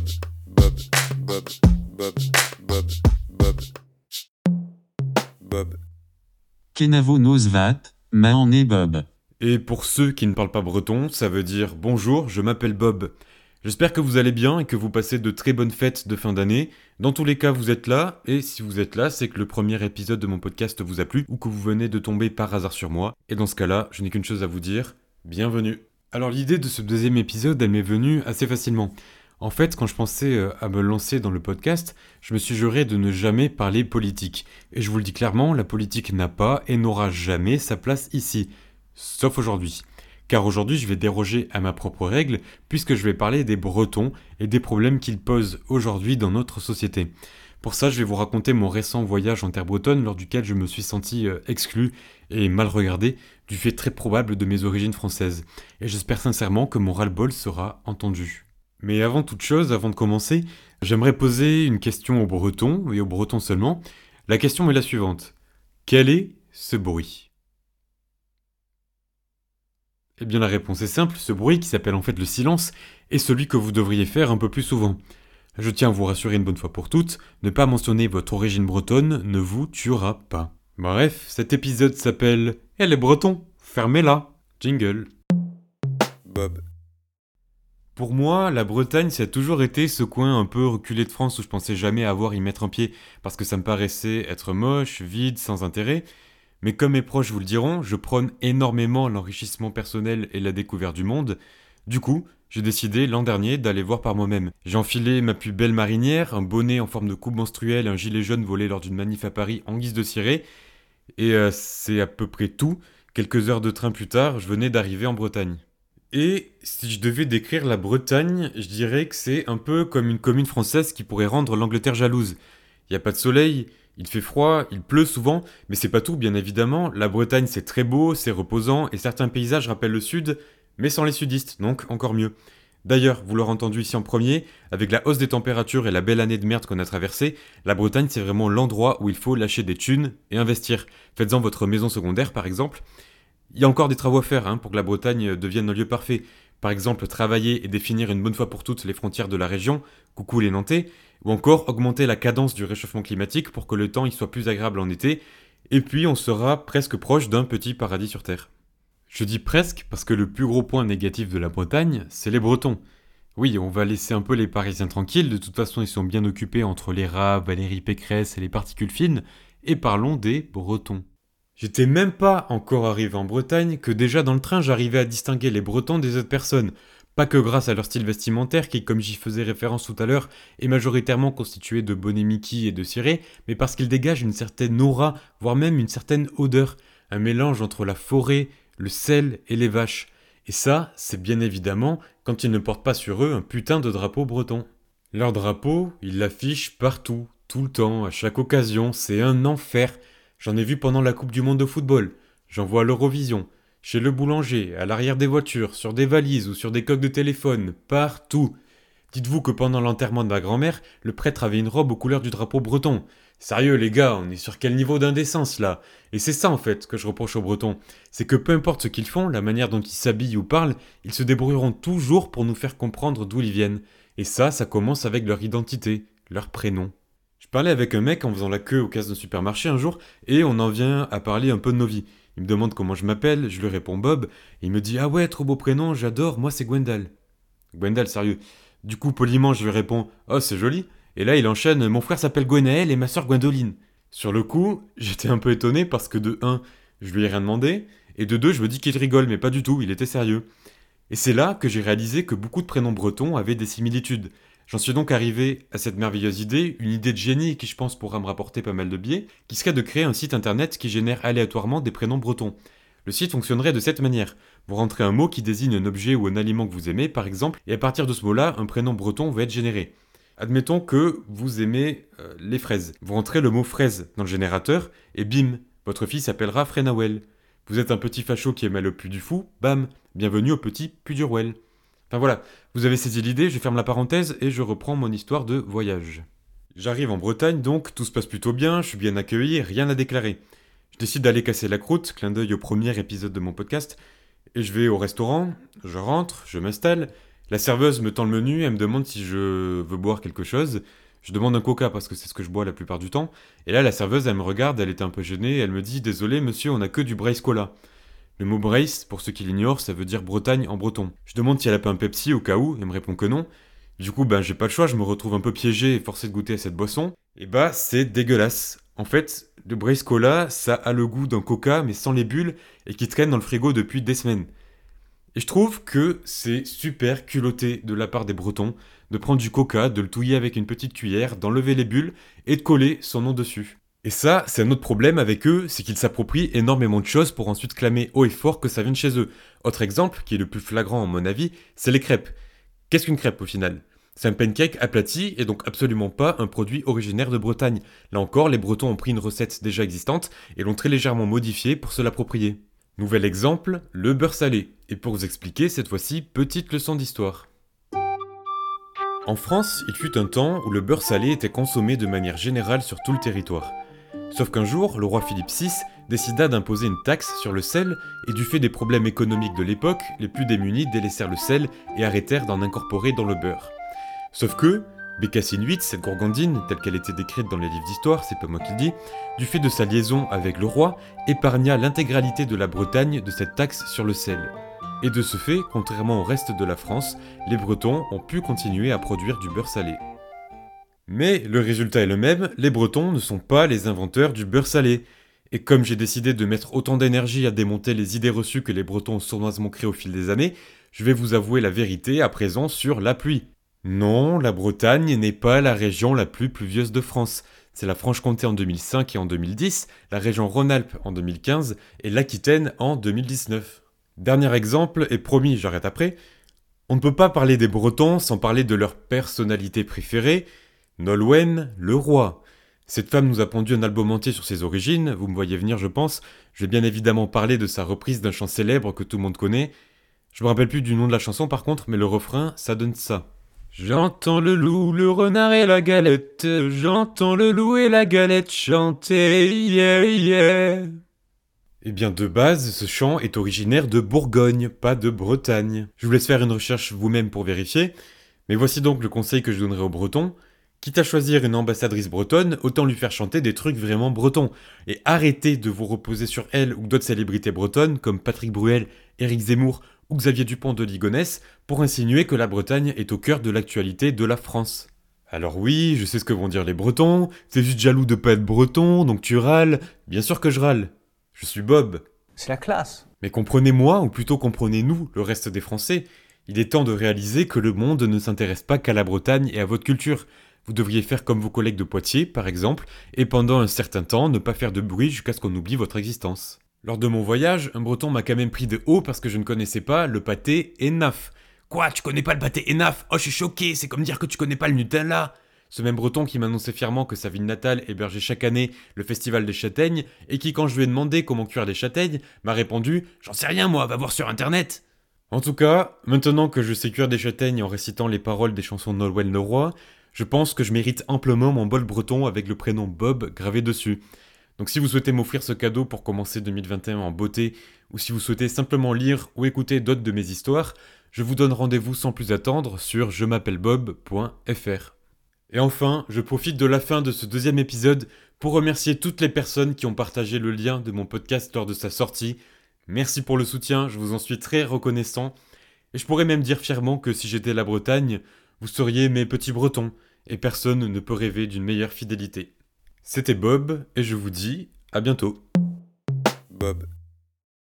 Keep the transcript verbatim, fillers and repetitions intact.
Bob, Bob, Bob, Bob, Bob, Bob, Bob. Kenavo nos vat, maen et Bob. Et pour ceux qui ne parlent pas breton, ça veut dire bonjour, je m'appelle Bob. J'espère que vous allez bien et que vous passez de très bonnes fêtes de fin d'année. Dans tous les cas, vous êtes là, et si vous êtes là, c'est que le premier épisode de mon podcast vous a plu, ou que vous venez de tomber par hasard sur moi. Et dans ce cas-là, je n'ai qu'une chose à vous dire, bienvenue. Alors l'idée de ce deuxième épisode, elle m'est venue assez facilement. En fait, quand je pensais à me lancer dans le podcast, je me suis juré de ne jamais parler politique. Et je vous le dis clairement, la politique n'a pas et n'aura jamais sa place ici. Sauf aujourd'hui. Car aujourd'hui, je vais déroger à ma propre règle, puisque je vais parler des Bretons et des problèmes qu'ils posent aujourd'hui dans notre société. Pour ça, je vais vous raconter mon récent voyage en terre bretonne, lors duquel je me suis senti euh, exclu et mal regardé, du fait très probable de mes origines françaises. Et j'espère sincèrement que mon ras-le-bol sera entendu. Mais avant toute chose, avant de commencer, j'aimerais poser une question aux Bretons, et aux Bretons seulement. La question est la suivante. Quel est ce bruit ? Eh bien la réponse est simple, ce bruit, qui s'appelle en fait le silence, est celui que vous devriez faire un peu plus souvent. Je tiens à vous rassurer une bonne fois pour toutes, ne pas mentionner votre origine bretonne ne vous tuera pas. Bref, cet épisode s'appelle « Eh les Bretons, fermez-la !» Jingle. Bob. Pour moi, la Bretagne, ça a toujours été ce coin un peu reculé de France où je pensais jamais avoir y mettre un pied, parce que ça me paraissait être moche, vide, sans intérêt. Mais comme mes proches vous le diront, je prône énormément l'enrichissement personnel et la découverte du monde. Du coup, j'ai décidé l'an dernier d'aller voir par moi-même. J'ai enfilé ma plus belle marinière, un bonnet en forme de coupe menstruelle, un gilet jaune volé lors d'une manif à Paris en guise de ciré. Et euh, c'est à peu près tout. Quelques heures de train plus tard, je venais d'arriver en Bretagne. Et si je devais décrire la Bretagne, je dirais que c'est un peu comme une commune française qui pourrait rendre l'Angleterre jalouse. Il n'y a pas de soleil, il fait froid, il pleut souvent, mais c'est pas tout bien évidemment. La Bretagne c'est très beau, c'est reposant, et certains paysages rappellent le sud, mais sans les sudistes, donc encore mieux. D'ailleurs, vous l'aurez entendu ici en premier, avec la hausse des températures et la belle année de merde qu'on a traversée, la Bretagne c'est vraiment l'endroit où il faut lâcher des thunes et investir. Faites-en votre maison secondaire par exemple. Il y a encore des travaux à faire hein, pour que la Bretagne devienne un lieu parfait. Par exemple, travailler et définir une bonne fois pour toutes les frontières de la région, coucou les Nantais, ou encore augmenter la cadence du réchauffement climatique pour que le temps y soit plus agréable en été, et puis on sera presque proche d'un petit paradis sur Terre. Je dis presque parce que le plus gros point négatif de la Bretagne, c'est les Bretons. Oui, on va laisser un peu les Parisiens tranquilles, de toute façon ils sont bien occupés entre les rats, Valérie Pécresse et les particules fines, et parlons des Bretons. J'étais même pas encore arrivé en Bretagne que déjà dans le train j'arrivais à distinguer les Bretons des autres personnes. Pas que grâce à leur style vestimentaire qui, comme j'y faisais référence tout à l'heure, est majoritairement constitué de bonnets Mickey et de ciré, mais parce qu'ils dégagent une certaine aura, voire même une certaine odeur, un mélange entre la forêt, le sel et les vaches. Et ça, c'est bien évidemment quand ils ne portent pas sur eux un putain de drapeau breton. Leur drapeau, ils l'affichent partout, tout le temps, à chaque occasion, c'est un enfer. J'en ai vu pendant la Coupe du Monde de football, j'en vois à l'Eurovision, chez le boulanger, à l'arrière des voitures, sur des valises ou sur des coques de téléphone, partout. Dites-vous que pendant l'enterrement de ma grand-mère, le prêtre avait une robe aux couleurs du drapeau breton. Sérieux les gars, on est sur quel niveau d'indécence là ? Et c'est ça en fait que je reproche aux Bretons, c'est que peu importe ce qu'ils font, la manière dont ils s'habillent ou parlent, ils se débrouilleront toujours pour nous faire comprendre d'où ils viennent. Et ça, ça commence avec leur identité, leur prénom. Je parlais avec un mec en faisant la queue aux caisses d'un supermarché un jour, et on en vient à parler un peu de nos vies. Il me demande comment je m'appelle, je lui réponds Bob, et il me dit « Ah ouais, trop beau prénom, j'adore, moi c'est Gwendal. » Gwendal, sérieux. Du coup, poliment, je lui réponds « Oh, c'est joli. » Et là, il enchaîne « Mon frère s'appelle Gwenaël et ma sœur Gwendoline. » Sur le coup, j'étais un peu étonné parce que de un, je lui ai rien demandé, et de deux, je me dis qu'il rigole, mais pas du tout, il était sérieux. Et c'est là que j'ai réalisé que beaucoup de prénoms bretons avaient des similitudes. J'en suis donc arrivé à cette merveilleuse idée, une idée de génie qui je pense pourra me rapporter pas mal de biais, qui serait de créer un site internet qui génère aléatoirement des prénoms bretons. Le site fonctionnerait de cette manière. Vous rentrez un mot qui désigne un objet ou un aliment que vous aimez, par exemple, et à partir de ce mot-là, un prénom breton va être généré. Admettons que vous aimez euh, les fraises. Vous rentrez le mot fraise dans le générateur, et bim, votre fille s'appellera Frenawell. Vous êtes un petit facho qui aime le Puy du Fou, bam, bienvenue au petit Puy-du-Rouel. Enfin voilà, vous avez saisi l'idée, je ferme la parenthèse et je reprends mon histoire de voyage. J'arrive en Bretagne donc, tout se passe plutôt bien, je suis bien accueilli, rien à déclarer. Je décide d'aller casser la croûte, clin d'œil au premier épisode de mon podcast, et je vais au restaurant, je rentre, je m'installe, La serveuse me tend le menu, elle me demande si je veux boire quelque chose. Je demande un coca parce que c'est ce que je bois la plupart du temps. Et là, la serveuse, elle me regarde, elle était un peu gênée, elle me dit « Désolé monsieur, on a que du Brace Cola ». Le mot Brace, pour ceux qui l'ignorent, ça veut dire Bretagne en breton. Je demande si elle a pas un Pepsi au cas où, elle me répond que non. Du coup, ben j'ai pas le choix, je me retrouve un peu piégé et forcé de goûter à cette boisson. Et bah, c'est dégueulasse. En fait, le Brace Cola, ça a le goût d'un coca, mais sans les bulles, et qui traîne dans le frigo depuis des semaines. Et je trouve que c'est super culotté de la part des Bretons de prendre du coca, de le touiller avec une petite cuillère, d'enlever les bulles et de coller son nom dessus. Et ça, c'est un autre problème avec eux, c'est qu'ils s'approprient énormément de choses pour ensuite clamer haut et fort que ça vient de chez eux. Autre exemple, qui est le plus flagrant à mon avis, c'est les crêpes. Qu'est-ce qu'une crêpe au final ? C'est un pancake aplati et donc absolument pas un produit originaire de Bretagne. Là encore, les Bretons ont pris une recette déjà existante et l'ont très légèrement modifiée pour se l'approprier. Nouvel exemple, le beurre salé. Et pour vous expliquer, cette fois-ci, petite leçon d'histoire. En France, il fut un temps où le beurre salé était consommé de manière générale sur tout le territoire. Sauf qu'un jour, le roi Philippe six décida d'imposer une taxe sur le sel, et du fait des problèmes économiques de l'époque, les plus démunis délaissèrent le sel et arrêtèrent d'en incorporer dans le beurre. Sauf que, Bécassine huit, cette gourgandine, telle qu'elle était décrite dans les livres d'histoire, c'est pas moi qui le dis, du fait de sa liaison avec le roi, épargna l'intégralité de la Bretagne de cette taxe sur le sel. Et de ce fait, contrairement au reste de la France, les Bretons ont pu continuer à produire du beurre salé. Mais le résultat est le même, les Bretons ne sont pas les inventeurs du beurre salé. Et comme j'ai décidé de mettre autant d'énergie à démonter les idées reçues que les Bretons ont sournoisement créées au fil des années, je vais vous avouer la vérité à présent sur la pluie. Non, la Bretagne n'est pas la région la plus pluvieuse de France. C'est la Franche-Comté en deux mille cinq et en deux mille dix, la région Rhône-Alpes en deux mille quinze et l'Aquitaine en deux mille dix-neuf. Dernier exemple, et promis, j'arrête après, on ne peut pas parler des Bretons sans parler de leur personnalité préférée, Nolwenn Leroy. Cette femme nous a pondu un album entier sur ses origines, vous me voyez venir je pense, je vais bien évidemment parler de sa reprise d'un chant célèbre que tout le monde connaît. Je me rappelle plus du nom de la chanson par contre, mais le refrain, ça donne ça. J'entends le loup, le renard et la galette, j'entends le loup et la galette chanter, yeah yeah. Eh bien de base, ce chant est originaire de Bourgogne, pas de Bretagne. Je vous laisse faire une recherche vous-même pour vérifier, mais voici donc le conseil que je donnerai aux Bretons. Quitte à choisir une ambassadrice bretonne, autant lui faire chanter des trucs vraiment bretons. Et arrêtez de vous reposer sur elle ou d'autres célébrités bretonnes comme Patrick Bruel, Éric Zemmour ou Xavier Dupont de Ligonnès pour insinuer que la Bretagne est au cœur de l'actualité de la France. Alors oui, je sais ce que vont dire les Bretons, t'es juste jaloux de pas être breton, donc tu râles. Bien sûr que je râle. Je suis Bob. C'est la classe. Mais comprenez-moi, ou plutôt comprenez-nous, le reste des Français. Il est temps de réaliser que le monde ne s'intéresse pas qu'à la Bretagne et à votre culture. Vous devriez faire comme vos collègues de Poitiers, par exemple, et pendant un certain temps, ne pas faire de bruit jusqu'à ce qu'on oublie votre existence. Lors de mon voyage, un breton m'a quand même pris de haut parce que je ne connaissais pas le pâté Enaf. Quoi, tu connais pas le pâté Enaf ? Oh, je suis choqué, c'est comme dire que tu connais pas le Nutella. Ce même breton qui m'annonçait fièrement que sa ville natale hébergeait chaque année le festival des châtaignes, et qui, quand je lui ai demandé comment cuire des châtaignes, m'a répondu « J'en sais rien moi, va voir sur internet !» En tout cas, maintenant que je sais cuire des châtaignes en récitant les paroles des chansons de Nolwenn Leroy, je pense que je mérite amplement mon bol breton avec le prénom Bob gravé dessus. Donc si vous souhaitez m'offrir ce cadeau pour commencer deux mille vingt et un en beauté, ou si vous souhaitez simplement lire ou écouter d'autres de mes histoires, je vous donne rendez-vous sans plus attendre sur je m'appelle bob point f r. Et enfin, je profite de la fin de ce deuxième épisode pour remercier toutes les personnes qui ont partagé le lien de mon podcast lors de sa sortie. Merci pour le soutien, je vous en suis très reconnaissant. Et je pourrais même dire fièrement que si j'étais la Bretagne, vous seriez mes petits bretons, et personne ne peut rêver d'une meilleure fidélité. C'était Bob, et je vous dis à bientôt. Bob.